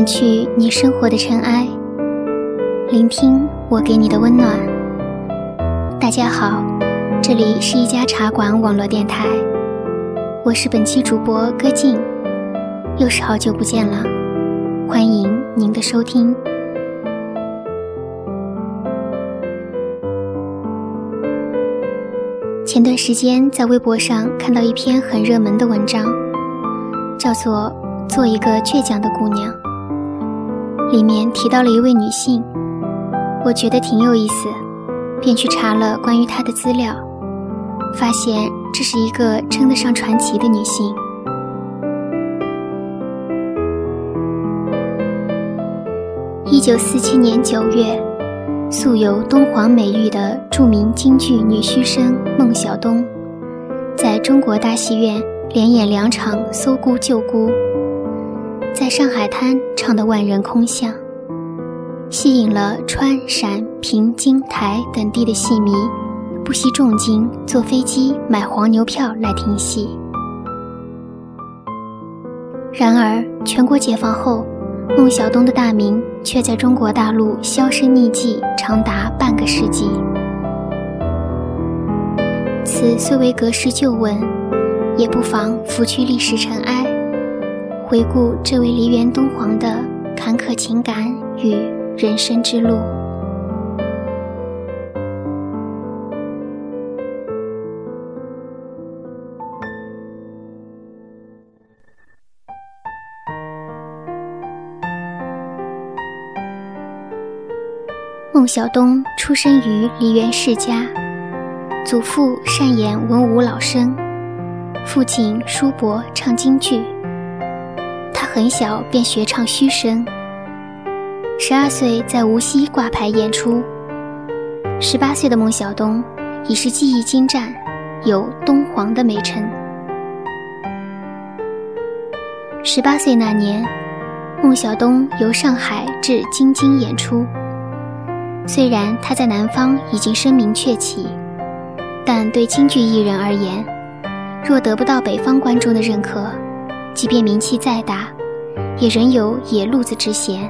掸去你生活的尘埃，聆听我给你的温暖。大家好，这里是一家茶馆网络电台，我是本期主播歌静，又是好久不见了，欢迎您的收听。前段时间在微博上看到一篇很热门的文章，叫做《做一个倔强的姑娘》，里面提到了一位女性，我觉得挺有意思，便去查了关于她的资料，发现这是一个称得上传奇的女性。1947年9月，素有东皇美誉的著名京剧女婿生孟小冬，在中国大戏院连演2场《搜孤救孤》，在上海滩唱得万人空巷，吸引了川、陕、平、津、台等地的戏迷不惜重金坐飞机买黄牛票来听戏。然而全国解放后，孟小冬的大名却在中国大陆销声匿迹长达半个世纪。此虽为隔世旧闻，也不妨拂去历史尘埃，回顾这位梨园东皇的坎坷情感与人生之路。孟小冬出生于梨园世家，祖父善演文武老生，父亲叔伯唱京剧。他很小便学唱虚声，12岁在无锡挂牌演出。18岁的孟小冬已是技艺精湛，有东皇的美称。18岁那年，孟小冬由上海至京津演出。虽然他在南方已经声名鹊起，但对京剧艺人而言，若得不到北方观众的认可，即便名气再大，也仍有野路子之嫌。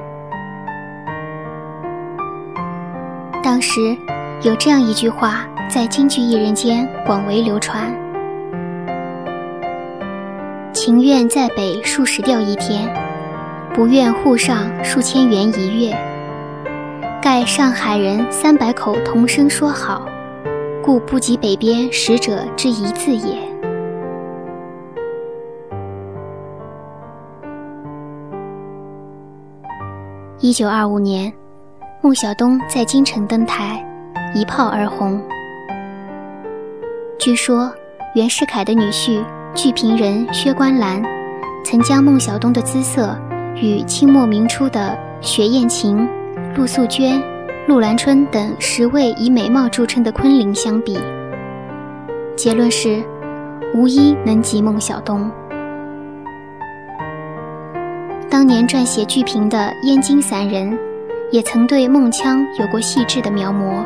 当时有这样一句话在京剧艺人间广为流传：情愿在北数十吊1天，不愿沪上数千元1月。盖上海人300口同声说好，故不及北边使者之一字也。1925年，孟小冬在京城登台，一炮而红。据说袁世凯的女婿剧评人薛观澜曾将孟小冬的姿色与清末明初的雪雁琴、陆素娟、陆兰春等10位以美貌著称的昆凌相比，结论是无一能及孟小冬。当年撰写剧评的燕京散人也曾对孟腔有过细致的描摹。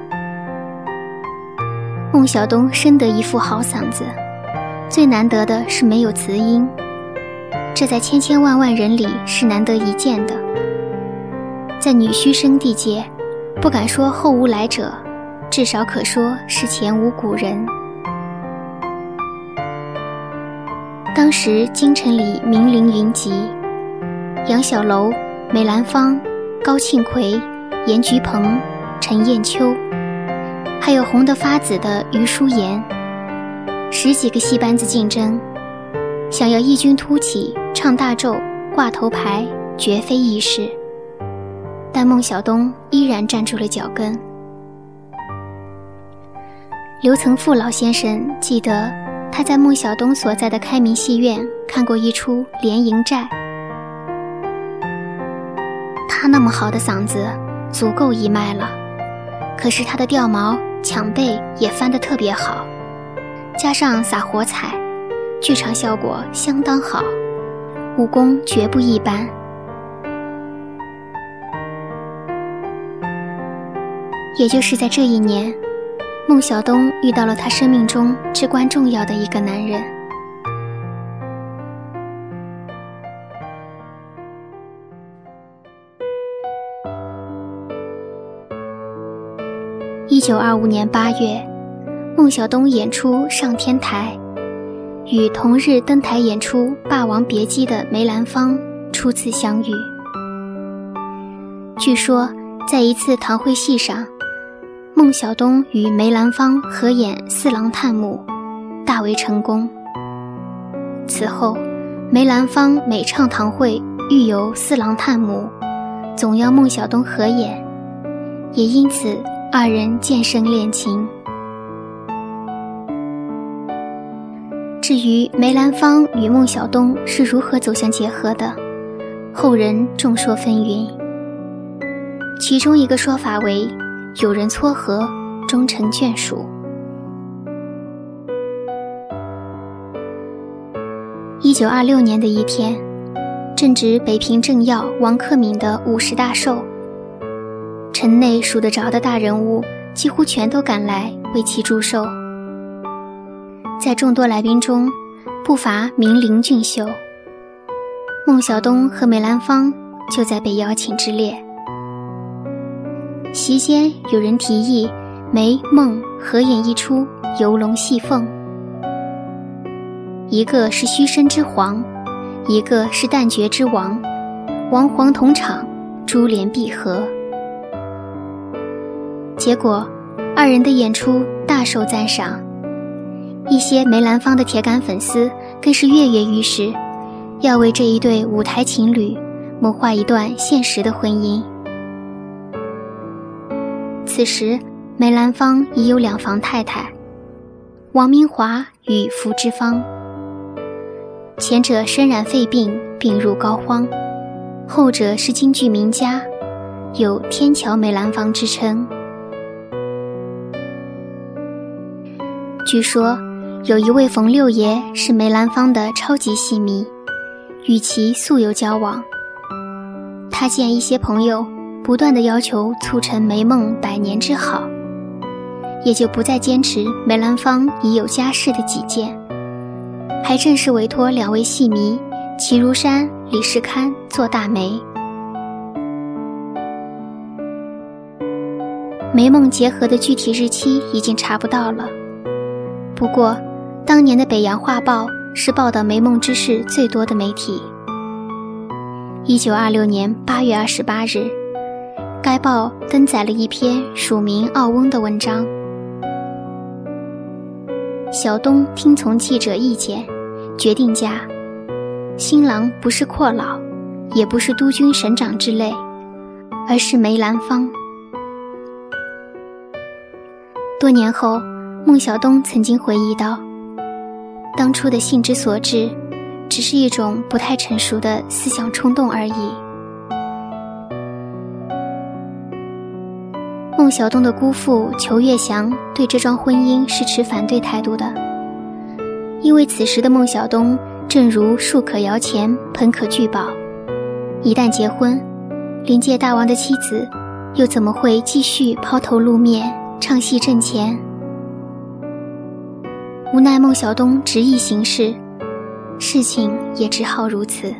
孟小冬深得一副好嗓子，最难得的是没有磁音，这在千千万万人里是难得一见的。在女婿生地界，不敢说后无来者，至少可说是前无古人。当时京城里名伶云集，杨小楼、梅兰芳、高庆奎、严菊鹏、陈砚秋，还有红得发紫的余淑妍，10几个戏班子竞争，想要异军突起，唱大奏，挂头牌，绝非易事。但孟小冬依然站住了脚跟。刘曾富老先生记得他在孟小冬所在的开明戏院看过一出《连营寨》，他那么好的嗓子足够一脉了，可是他的调毛、抢背也翻得特别好，加上撒火彩，剧场效果相当好，武功绝不一般。也就是在这一年，孟小冬遇到了他生命中至关重要的一个男人。 1925年8月，孟小冬演出《上天台》，与同日登台演出《霸王别姬》的梅兰芳初次相遇。据说在一次堂会戏上，孟小冬与梅兰芳合演《四郎探母》，大为成功。此后梅兰芳每唱堂会遇有《四郎探母》，总要孟小冬合演，也因此二人渐生恋情。至于梅兰芳与孟小冬是如何走向结合的，后人众说纷纭。其中一个说法为有人撮合，终成眷属。1926年的一天，正值北平政要王克敏的50大寿，城内数得着的大人物几乎全都赶来为其祝寿。在众多来宾中，不乏名伶俊秀，孟小冬和梅兰芳就在被邀请之列。席间有人提议梅孟合演一出游龙戏凤，一个是虚声之皇，一个是旦角之王，王皇同场，珠联璧合。结果二人的演出大受赞赏，一些梅兰芳的铁杆粉丝更是跃跃欲试，要为这一对舞台情侣谋划一段现实的婚姻。此时梅兰芳已有2房太太，王明华与福芝芳，前者身染肺病，病入膏肓，后者是京剧名家，有天桥梅兰芳之称。据说有一位冯六爷是梅兰芳的超级戏迷，与其素有交往。他见一些朋友不断地要求促成梅孟100年之好，也就不再坚持梅兰芳已有家室的己见，还正式委托2位戏迷齐如山、李世堪做大媒。梅孟结合的具体日期已经查不到了，不过当年的北洋画报是报道梅孟之事最多的媒体。1926年8月28日，该报登载了一篇署名奥翁的文章。小冬听从记者意见，决定嫁。新郎不是阔老，也不是督军省长之类，而是梅兰芳。多年后，孟小冬曾经回忆道，当初的兴之所至，只是一种不太成熟的思想冲动而已。孟小冬的姑父裘月祥对这桩婚姻是持反对态度的，因为此时的孟小冬正如树可摇钱，盆可聚宝，一旦结婚，临界大王的妻子又怎么会继续抛头露面，唱戏挣钱？无奈孟小冬执意行事，事情也只好如此。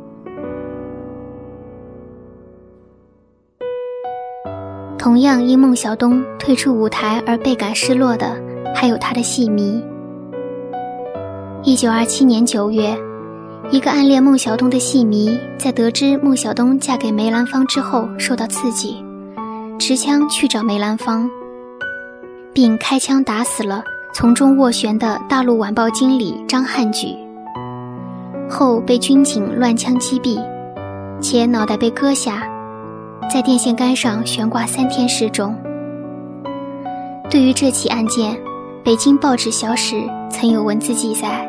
同样因孟小冬退出舞台而倍感失落的，还有他的戏迷。1927年9月，一个暗恋孟小冬的戏迷在得知孟小冬嫁给梅兰芳之后受到刺激，持枪去找梅兰芳，并开枪打死了从中斡旋的大陆晚报经理张汉举，后被军警乱枪击毙，且脑袋被割下，在电线杆上悬挂3天失踪。对于这起案件，北京报纸小史曾有文字记载。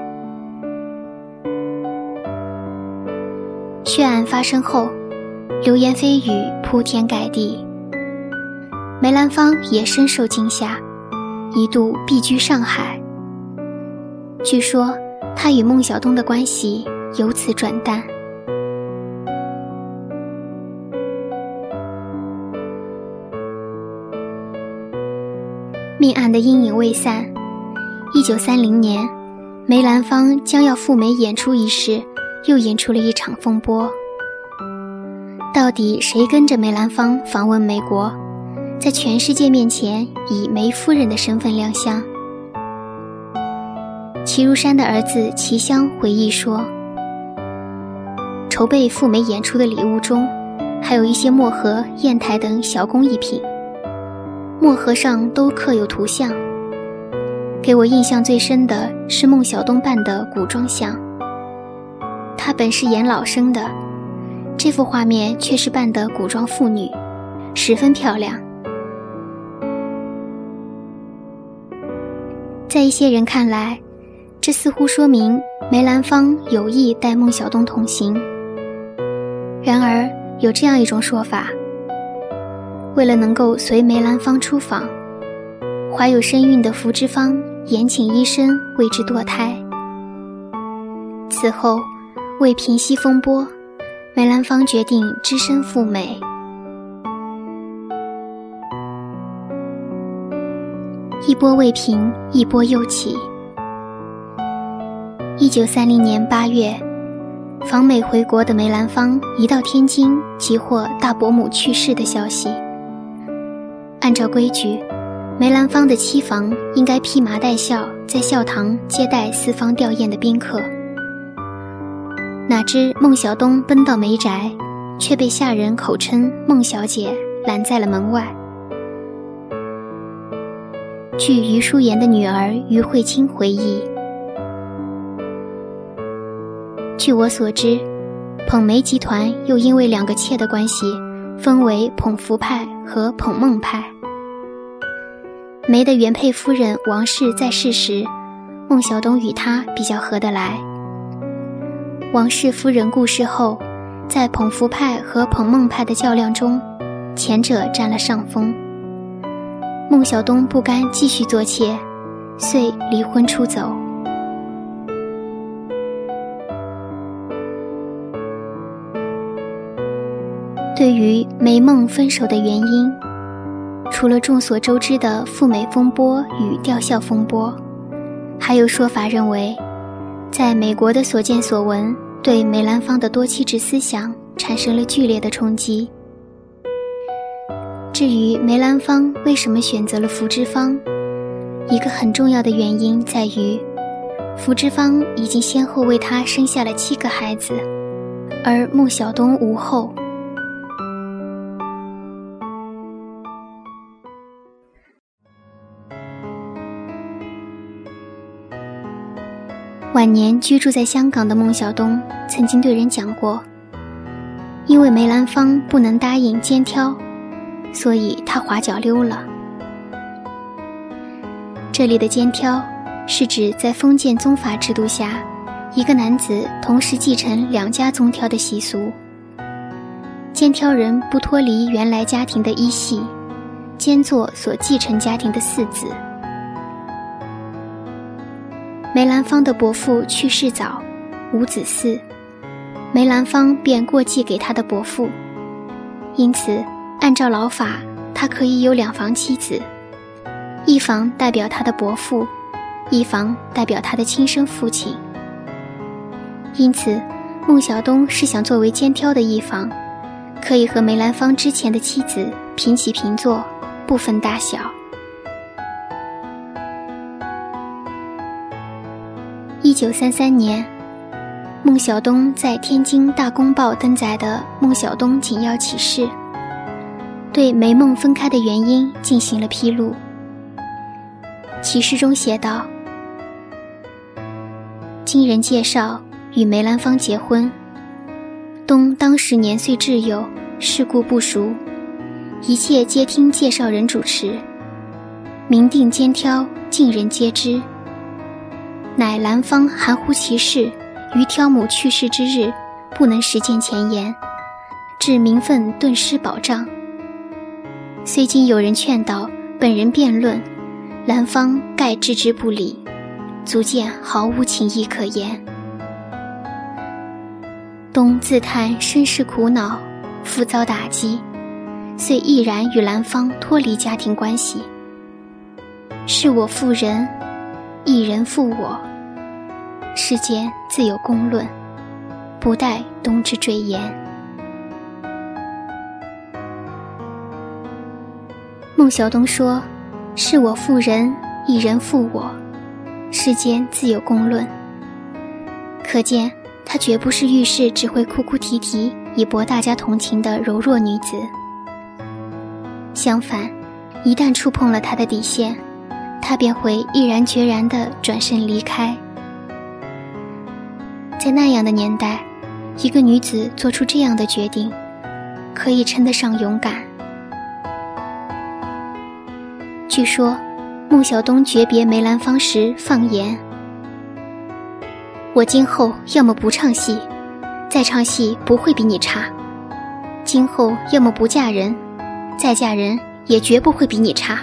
血案发生后，流言蜚语铺天盖地，梅兰芳也深受惊吓，一度避居上海。据说他与孟小冬的关系由此转淡。命案的阴影未散，1930年，梅兰芳将要赴美演出一事，又演出了一场风波。到底谁跟着梅兰芳访问美国？ 在全世界面前以梅夫人的身份亮相。齐如山的儿子齐襄回忆说，筹备赴美演出的礼物中还有一些墨盒、砚台等小工艺品，墨盒上都刻有图像。给我印象最深的是孟小冬扮的古装像，他本是演老生的，这幅画面却是扮的古装妇女，十分漂亮。在一些人看来，这似乎说明梅兰芳有意带孟小冬同行。然而有这样一种说法，为了能够随梅兰芳出访，怀有身孕的福芝芳延请医生为之堕胎。此后为平息风波，梅兰芳决定只身赴美。一波未平，一波又起。1930年8月，访美回国的梅兰芳一到天津即获大伯母去世的消息。按照规矩，梅兰芳的妻房应该披麻戴孝，在孝堂接待四方吊唁的宾客。哪知孟小冬奔到梅宅，却被下人口称孟小姐拦在了门外。据余淑妍的女儿余慧清回忆，据我所知，捧梅集团又因为两个妾的关系，分为捧福派和捧孟派。梅的原配夫人王氏在世时，孟小冬与她比较合得来。王氏夫人故世后，在捧福派和捧孟派的较量中，前者占了上风。孟小冬不甘继续做妾，遂离婚出走。对于梅孟分手的原因，除了众所周知的赴美风波与吊孝风波，还有说法认为，在美国的所见所闻对梅兰芳的多妻制思想产生了剧烈的冲击。至于梅兰芳为什么选择了福芝芳，一个很重要的原因在于，福芝芳已经先后为他生下了7个孩子，而孟小冬无后。晚年居住在香港的孟小冬曾经对人讲过，因为梅兰芳不能答应肩挑，所以他滑脚溜了。这里的肩挑是指在封建宗法制度下，一个男子同时继承2家宗挑的习俗。肩挑人不脱离原来家庭的依系，兼做所继承家庭的嗣子。梅兰芳的伯父去世早，无子嗣，梅兰芳便过继给他的伯父，因此按照老法，他可以有2房妻子，一房代表他的伯父，一房代表他的亲生父亲。因此孟小冬是想作为肩挑的一房，可以和梅兰芳之前的妻子平起平坐，不分大小。1933年，孟小冬在天津大公报登载的《孟小冬紧要启示》对梅孟分开的原因进行了披露。启示中写道，经人介绍与梅兰芳结婚，冬当时年岁稚幼，世故不熟，一切皆听介绍人主持，明定肩挑，尽人皆知。乃兰芳含糊其事，于挑母去世之日，不能实践前言，致名分顿失保障。虽经有人劝导，本人辩论，兰芳盖置之不理，足见毫无情义可言。冬自叹身世苦恼，复遭打击，遂毅然与兰芳脱离家庭关系。是我负人，一人负我，世间自有公论，不待冬之赘言。 孟小冬说：“是我负人，一人负我，世间自有公论。”可见她绝不是遇事只会哭哭啼啼以博大家同情的柔弱女子。相反，一旦触碰了她的底线，她便会毅然决然地转身离开。在那样的年代，一个女子做出这样的决定，可以称得上勇敢。据说孟小冬诀别梅兰芳时放言：“我今后要么不唱戏，再唱戏不会比你差；今后要么不嫁人，再嫁人也绝不会比你差。”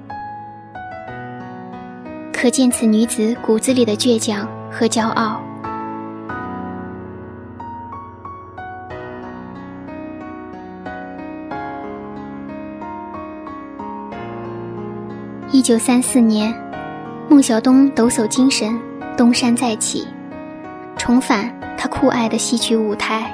可见此女子骨子里的倔强和骄傲。1934年，孟小冬抖擞精神，东山再起，重返她酷爱的戏曲舞台。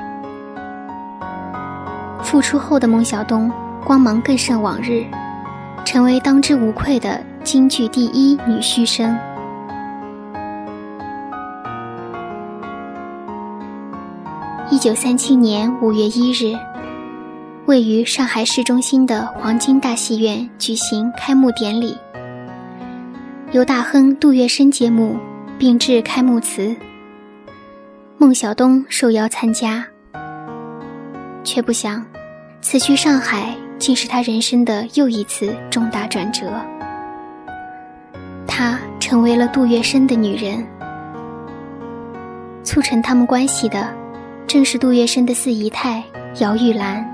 复出后的孟小冬光芒更胜往日，成为当之无愧的京剧第一女婿生。1937年5月1日，位于上海市中心的黄金大戏院举行开幕典礼，由大亨杜月笙节目并致开幕词，孟小冬受邀参加。却不想此去上海竟是他人生的又一次重大转折，她成为了杜月笙的女人。促成他们关系的正是杜月笙的四姨太姚玉兰。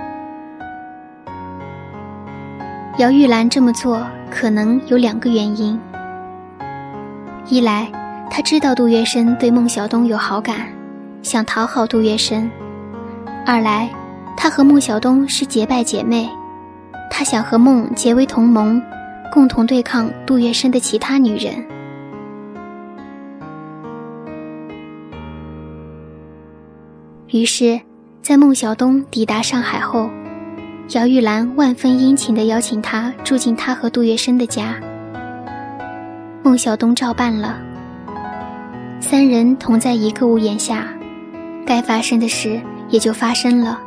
姚玉兰这么做可能有2个原因：一来她知道杜月笙对孟小冬有好感，想讨好杜月笙；二来她和孟小冬是结拜姐妹，她想和孟结为同盟，共同对抗杜月笙的其他女人。于是在孟小冬抵达上海后，姚玉兰万分殷勤地邀请他住进她和杜月笙的家。孟小冬照办了，3人同在一个屋檐下，该发生的事也就发生了。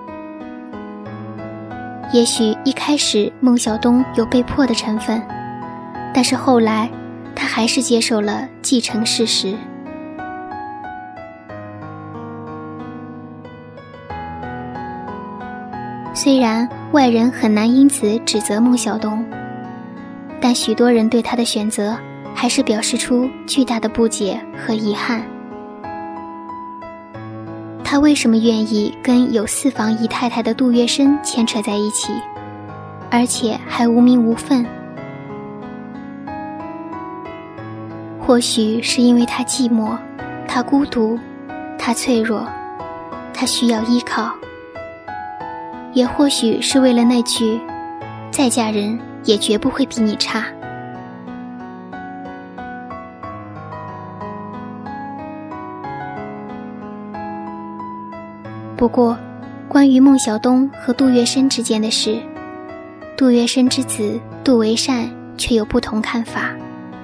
也许一开始孟小冬有被迫的成分，但是后来他还是接受了既成事实。虽然外人很难因此指责孟小冬，但许多人对他的选择还是表示出巨大的不解和遗憾。他为什么愿意跟有4房姨太太的杜月笙牵扯在一起，而且还无名无分？或许是因为他寂寞，他孤独，他脆弱，他需要依靠。也或许是为了那句“再嫁人也绝不会比你差”。不过，关于孟小冬和杜月笙之间的事，杜月笙之子杜维善却有不同看法。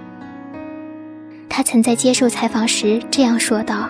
他曾在接受采访时这样说道：“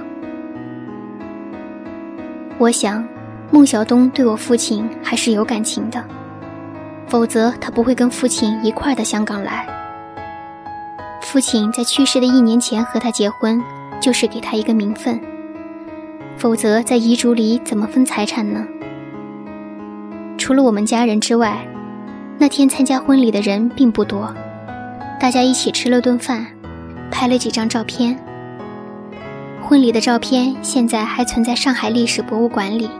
我想孟小冬对我父亲还是有感情的，否则他不会跟父亲一块儿到香港来。父亲在去世的1年前和他结婚，就是给他一个名分，否则在遗嘱里怎么分财产呢？除了我们家人之外，那天参加婚礼的人并不多，大家一起吃了顿饭，拍了几张照片。婚礼的照片现在还存在上海历史博物馆里。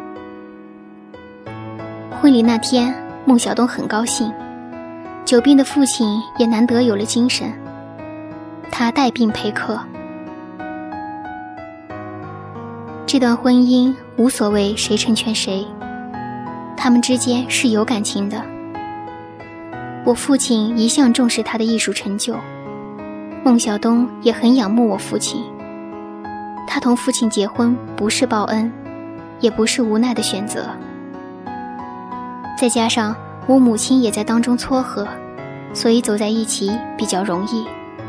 婚礼那天，孟小冬很高兴，久病的父亲也难得有了精神，他带病陪客。这段婚姻无所谓谁成全谁，他们之间是有感情的。我父亲一向重视他的艺术成就，孟小冬也很仰慕我父亲。他同父亲结婚不是报恩，也不是无奈的选择。再加上我母亲也在当中撮合，所以走在一起比较容易。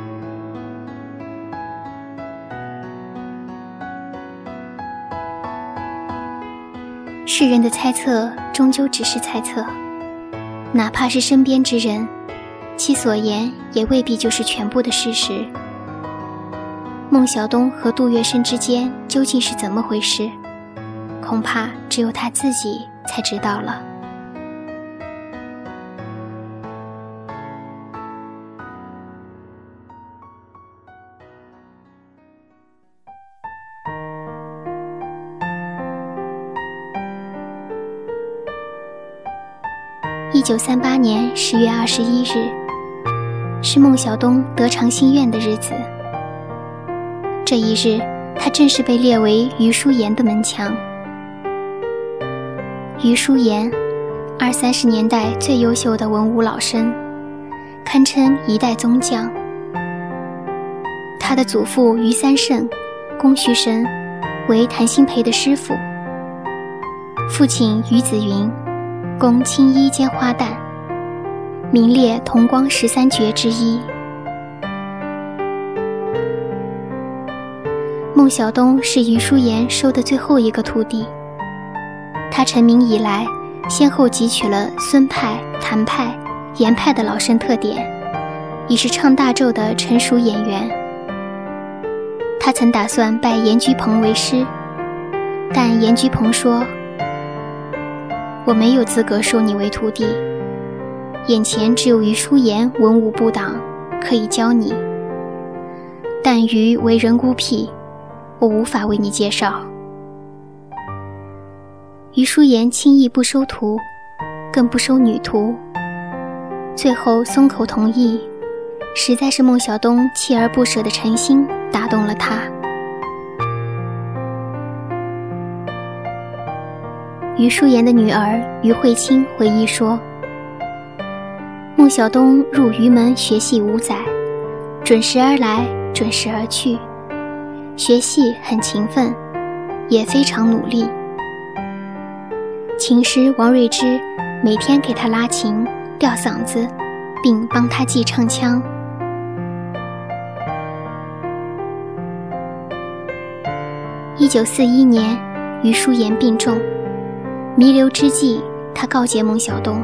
世人的猜测终究只是猜测，哪怕是身边之人，其所言也未必就是全部的事实。孟小冬和杜月笙之间究竟是怎么回事，恐怕只有他自己才知道了。1938年10月21日，是孟小冬得偿心愿的日子。这一日，他正式被列为余淑妍的门墙。余淑妍，20-30年代最优秀的文武老生，堪称一代宗将。他的祖父余三胜、龚旭生为谭鑫培的师傅，父亲余子云供青衣兼花旦，名列同光13绝之一。孟小冬是余淑妍收的最后一个徒弟，他成名以来，先后汲取了孙派、谭派、严派的老生特点，已是唱大奏的成熟演员。他曾打算拜严居鹏为师，但严居鹏说：“我没有资格收你为徒弟，眼前只有余淑妍文武部长可以教你，但余为人孤僻，我无法为你介绍。”余淑妍轻易不收徒，更不收女徒，最后松口同意，实在是孟小冬锲而不舍的诚心打动了他。余淑妍的女儿余慧清回忆说，孟小冬入余门学戏5载，准时而来，准时而去，学戏很勤奋，也非常努力。琴师王瑞之每天给他拉琴、吊嗓子，并帮他记唱腔。1941年，余淑妍病重，弥留之际，他告诫孟小冬：“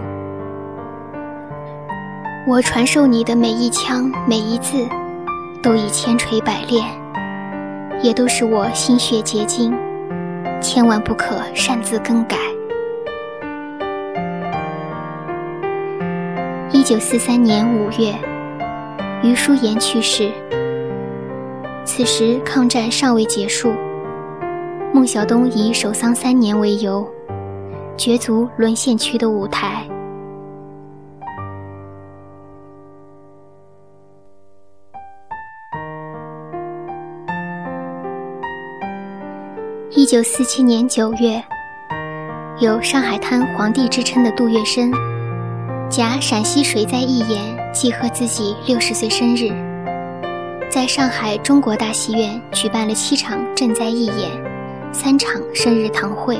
我传授你的每一腔每一字，都已千锤百炼，也都是我心血结晶，千万不可擅自更改。”1943年5月，余淑妍去世。此时抗战尚未结束，孟小冬以守丧3年为由，角逐沦陷区的舞台。1947年9月，有上海滩皇帝之称的杜月笙，假陕西水灾义演祭贺自己60岁生日，在上海中国大戏院举办了7场赈灾义演，3场生日堂会。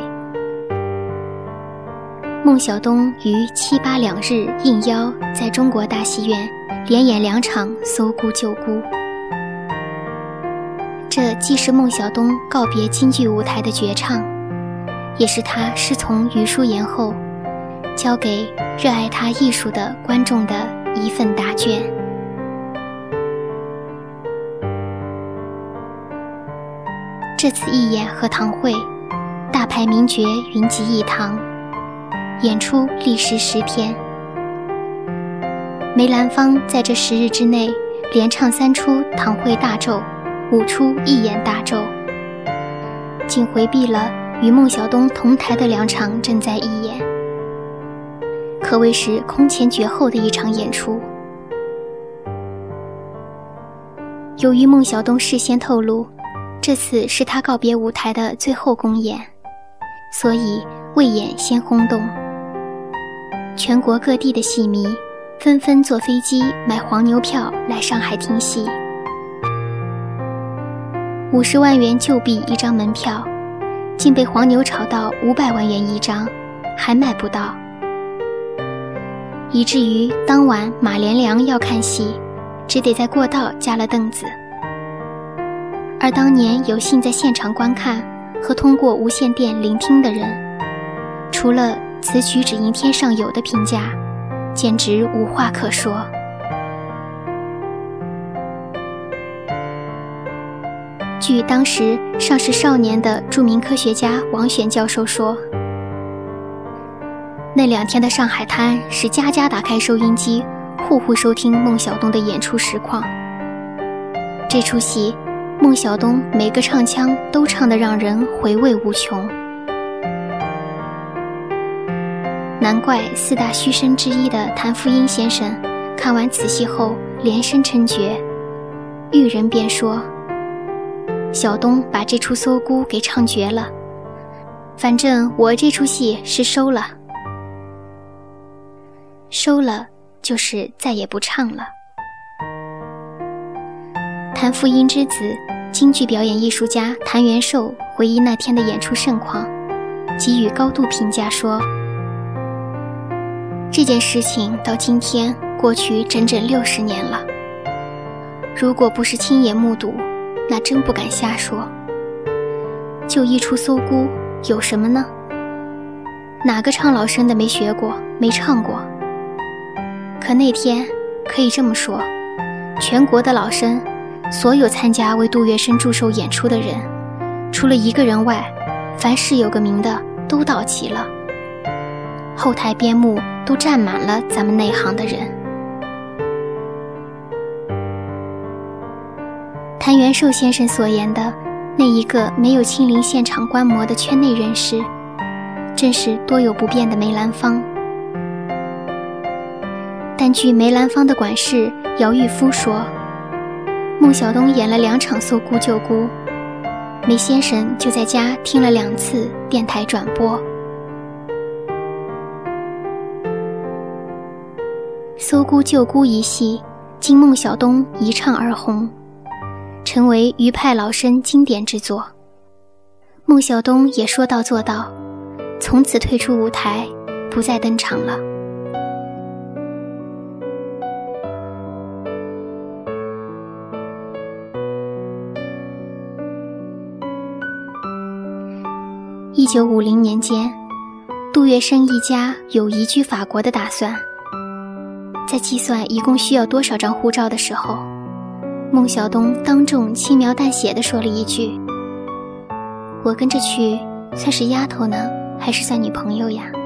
孟小冬于7、8两日应邀在中国大戏院连演2场搜孤救孤。这既是孟小冬告别京剧舞台的绝唱，也是他师从余淑妍后交给热爱他艺术的观众的一份答卷。这次义演和堂会，大牌名角云集一堂，演出历时10天。梅兰芳在这10日之内连唱3出堂会大奏，5出义演大奏，仅回避了与孟小冬同台的2场赈灾义演，可谓是空前绝后的一场演出。由于孟小冬事先透露，这次是他告别舞台的最后公演，所以未演先轰动。全国各地的戏迷纷纷坐飞机买黄牛票来上海听戏。50万元旧币一张门票，竟被黄牛炒到500万元一张，还买不到。 以至于当晚马连良要看戏，只得在过道加了凳子。而当年有幸在现场观看和通过无线电聆听的人，除了此曲只应天上有的评价，简直无话可说。据当时尚是少年的著名科学家王选教授说，那2天的上海滩是家家打开收音机，户户收听孟小冬的演出实况。这出戏孟小冬每个唱腔都唱得让人回味无穷，难怪4大须生之一的谭富英先生看完此戏后连声称绝，遇人便说，小冬把这出搜孤给唱绝了，反正我这出戏是收了。收了就是再也不唱了。谭富英之子京剧表演艺术家谭元寿回忆那天的演出盛况，给予高度评价说，这件事情到今天过去整整60年了，如果不是亲眼目睹，那真不敢瞎说。就一出搜孤有什么呢？哪个唱老生的没学过没唱过？可那天可以这么说，全国的老生，所有参加为杜月笙祝寿演出的人，除了1个人外，凡是有个名的都到齐了，后台边幕都站满了咱们内行的人。谭元寿先生所言的那一个没有亲临现场观摩的圈内人士，正是多有不便的梅兰芳。但据梅兰芳的管事姚玉夫说，孟小冬演了2场搜孤救孤，梅先生就在家听了2次电台转播。搜孤救孤一戏经孟小冬一唱而红，成为余派老生经典之作。孟小冬也说到做到，从此退出舞台，不再登场了。1950年间，杜月笙一家有移居法国的打算。在计算一共需要多少张护照的时候，孟小冬当众轻描淡写地说了一句，我跟着去算是丫头呢，还是算女朋友呀？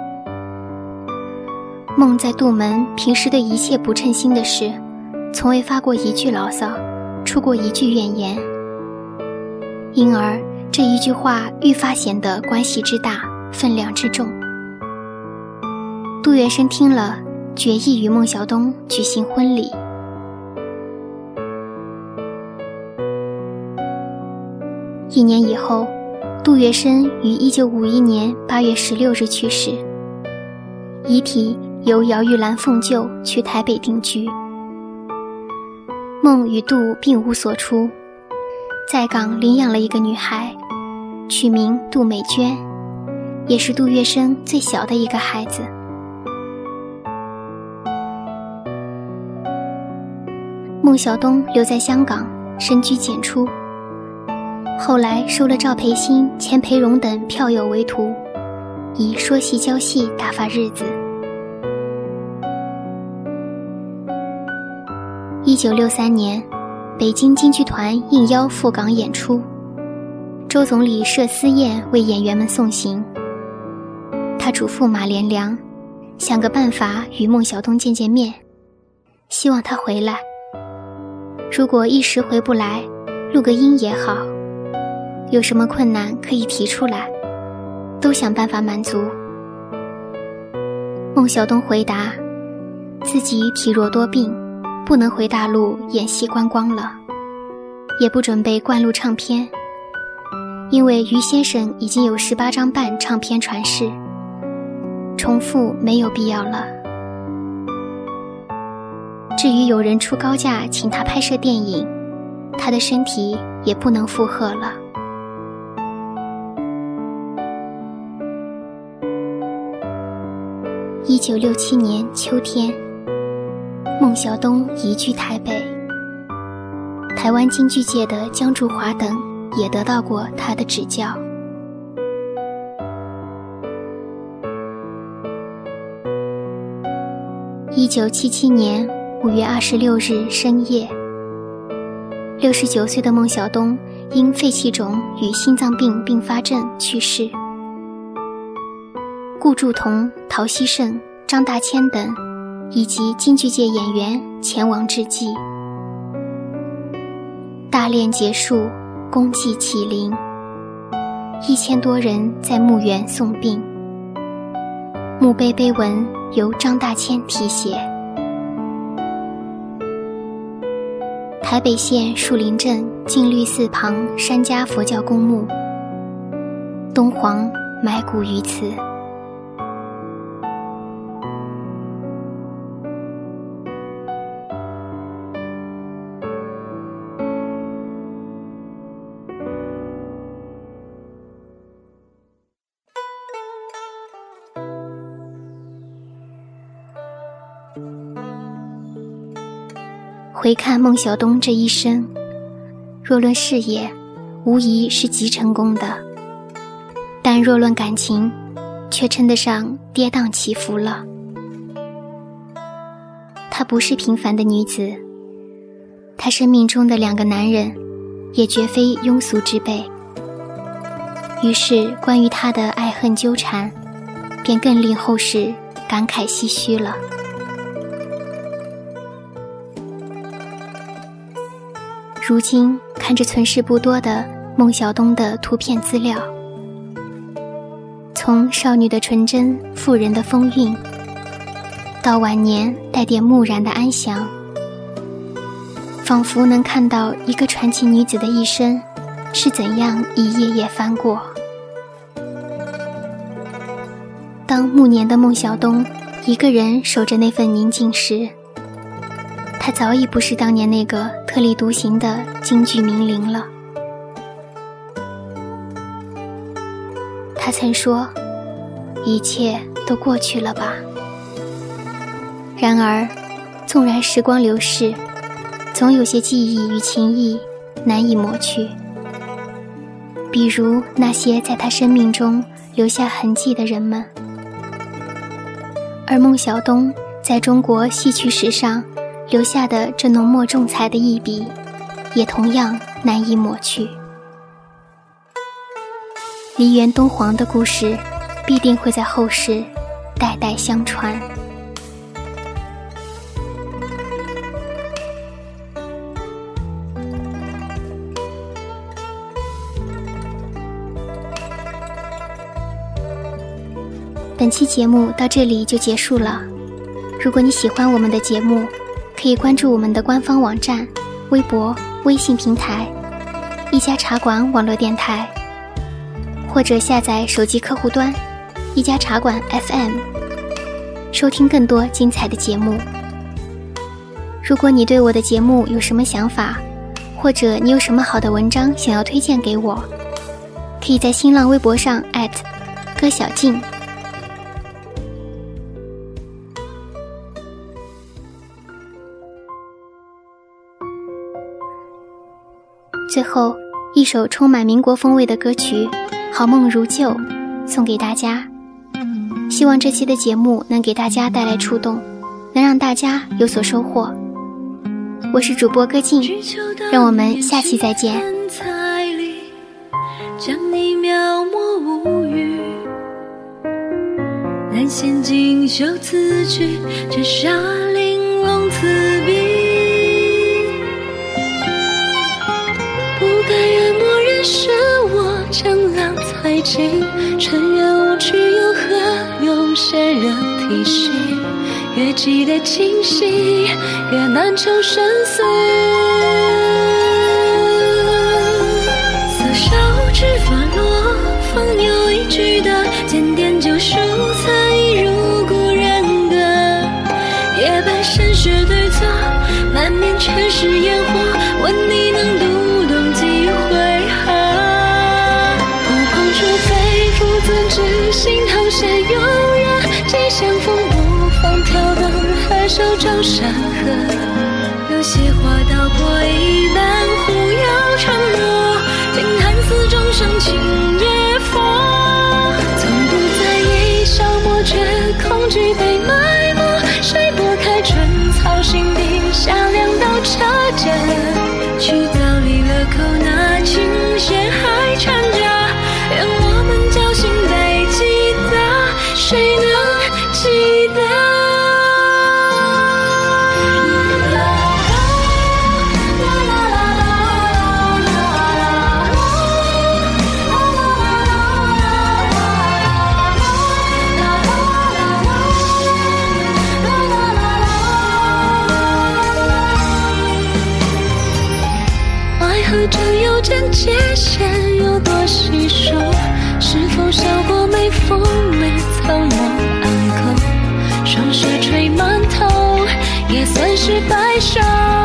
孟在杜门平时对一切不称心的事，从未发过一句牢骚，出过一句怨言，因而这一句话愈发显得关系之大，分量之重。杜月笙听了，决意与孟小冬举行婚礼。1年以后，杜月笙于1951年8月16日去世，遗体由姚玉兰奉救去台北定居。孟与杜并无所出，在港领养了一个女孩，取名杜美娟，也是杜月笙最小的一个孩子。孟小冬留在香港，深居简出，后来收了赵培新、钱培荣等票友为徒，以说戏教戏打发日子。1963年，北京京剧团应邀赴港演出，周总理设私宴为演员们送行。他嘱咐马连良，想个办法与孟小冬见见面，希望他回来。如果一时回不来，录个音也好，有什么困难可以提出来，都想办法满足。孟小冬回答，自己体弱多病，不能回大陆演戏观光了，也不准备灌录唱片，因为于先生已经有18张半唱片传世，重复没有必要了。至于有人出高价请他拍摄电影，他的身体也不能负荷了。 1967年秋天，孟小冬移居台北，台湾京剧界的江竹华等也得到过他的指教。1977年5月26日深夜，69岁的孟小冬因肺气肿与心脏病并发症去世。顾祝同、陶希圣、张大千等以及京剧界演员前往致祭。大殓结束，公祭启灵，1000多人在墓园送殡。墓碑碑文由张大千题写。台北县树林镇净律寺旁山家佛教公墓，东皇埋骨于此。回看孟小冬这一生，若论事业，无疑是极成功的，但若论感情，却称得上跌宕起伏了。她不是平凡的女子，她生命中的2个男人，也绝非庸俗之辈。于是关于她的爱恨纠缠，便更令后世感慨唏嘘了。如今看着存世不多的孟小冬的图片资料，从少女的纯真、妇人的风韵，到晚年带点木然的安详，仿佛能看到一个传奇女子的一生是怎样一页页翻过。当暮年的孟小冬一个人守着那份宁静时，他早已不是当年那个特立独行的京剧名伶了。他曾说，一切都过去了吧。然而，纵然时光流逝，总有些记忆与情谊难以抹去。比如那些在他生命中留下痕迹的人们。而孟小冬在中国戏曲史上留下的这浓墨重彩的一笔，也同样难以抹去。梨园东皇的故事必定会在后世代代相传。本期节目到这里就结束了。如果你喜欢我们的节目，可以关注我们的官方网站、微博、微信平台一家茶馆网络电台，或者下载手机客户端一家茶馆 FM， 收听更多精彩的节目。如果你对我的节目有什么想法，或者你有什么好的文章想要推荐给我，可以在新浪微博上歌小静。最后一首充满民国风味的歌曲《好梦如旧》送给大家，希望这期的节目能给大家带来触动，能让大家有所收获。我是主播歌静，让我们下期再见。将你描摹无语，难显锦绣词句，只杀玲珑词笔。是我江郎才尽，尘缘无趣，又何用仙人提醒？越记得清晰，越难求生死。色手指发落，方有一句的检点旧书，残忆如故人歌。夜半深雪对坐，满面全是烟火，问你能读懂几回合？不碰触非父子之心，淌血悠然，几相逢。 光跳动，和手中山河，有些话道破一半，忽悠沉默，听看似众生情也佛，从不在意消磨，却恐惧被埋没，谁拨开春草心底下两道车辙，去早离了口，那琴弦还缠着，愿我们侥幸被记得，谁能记得？爱和真有间界限，有多稀疏？是否笑过没风没草摸暗口？霜雪吹满头，也算是白首。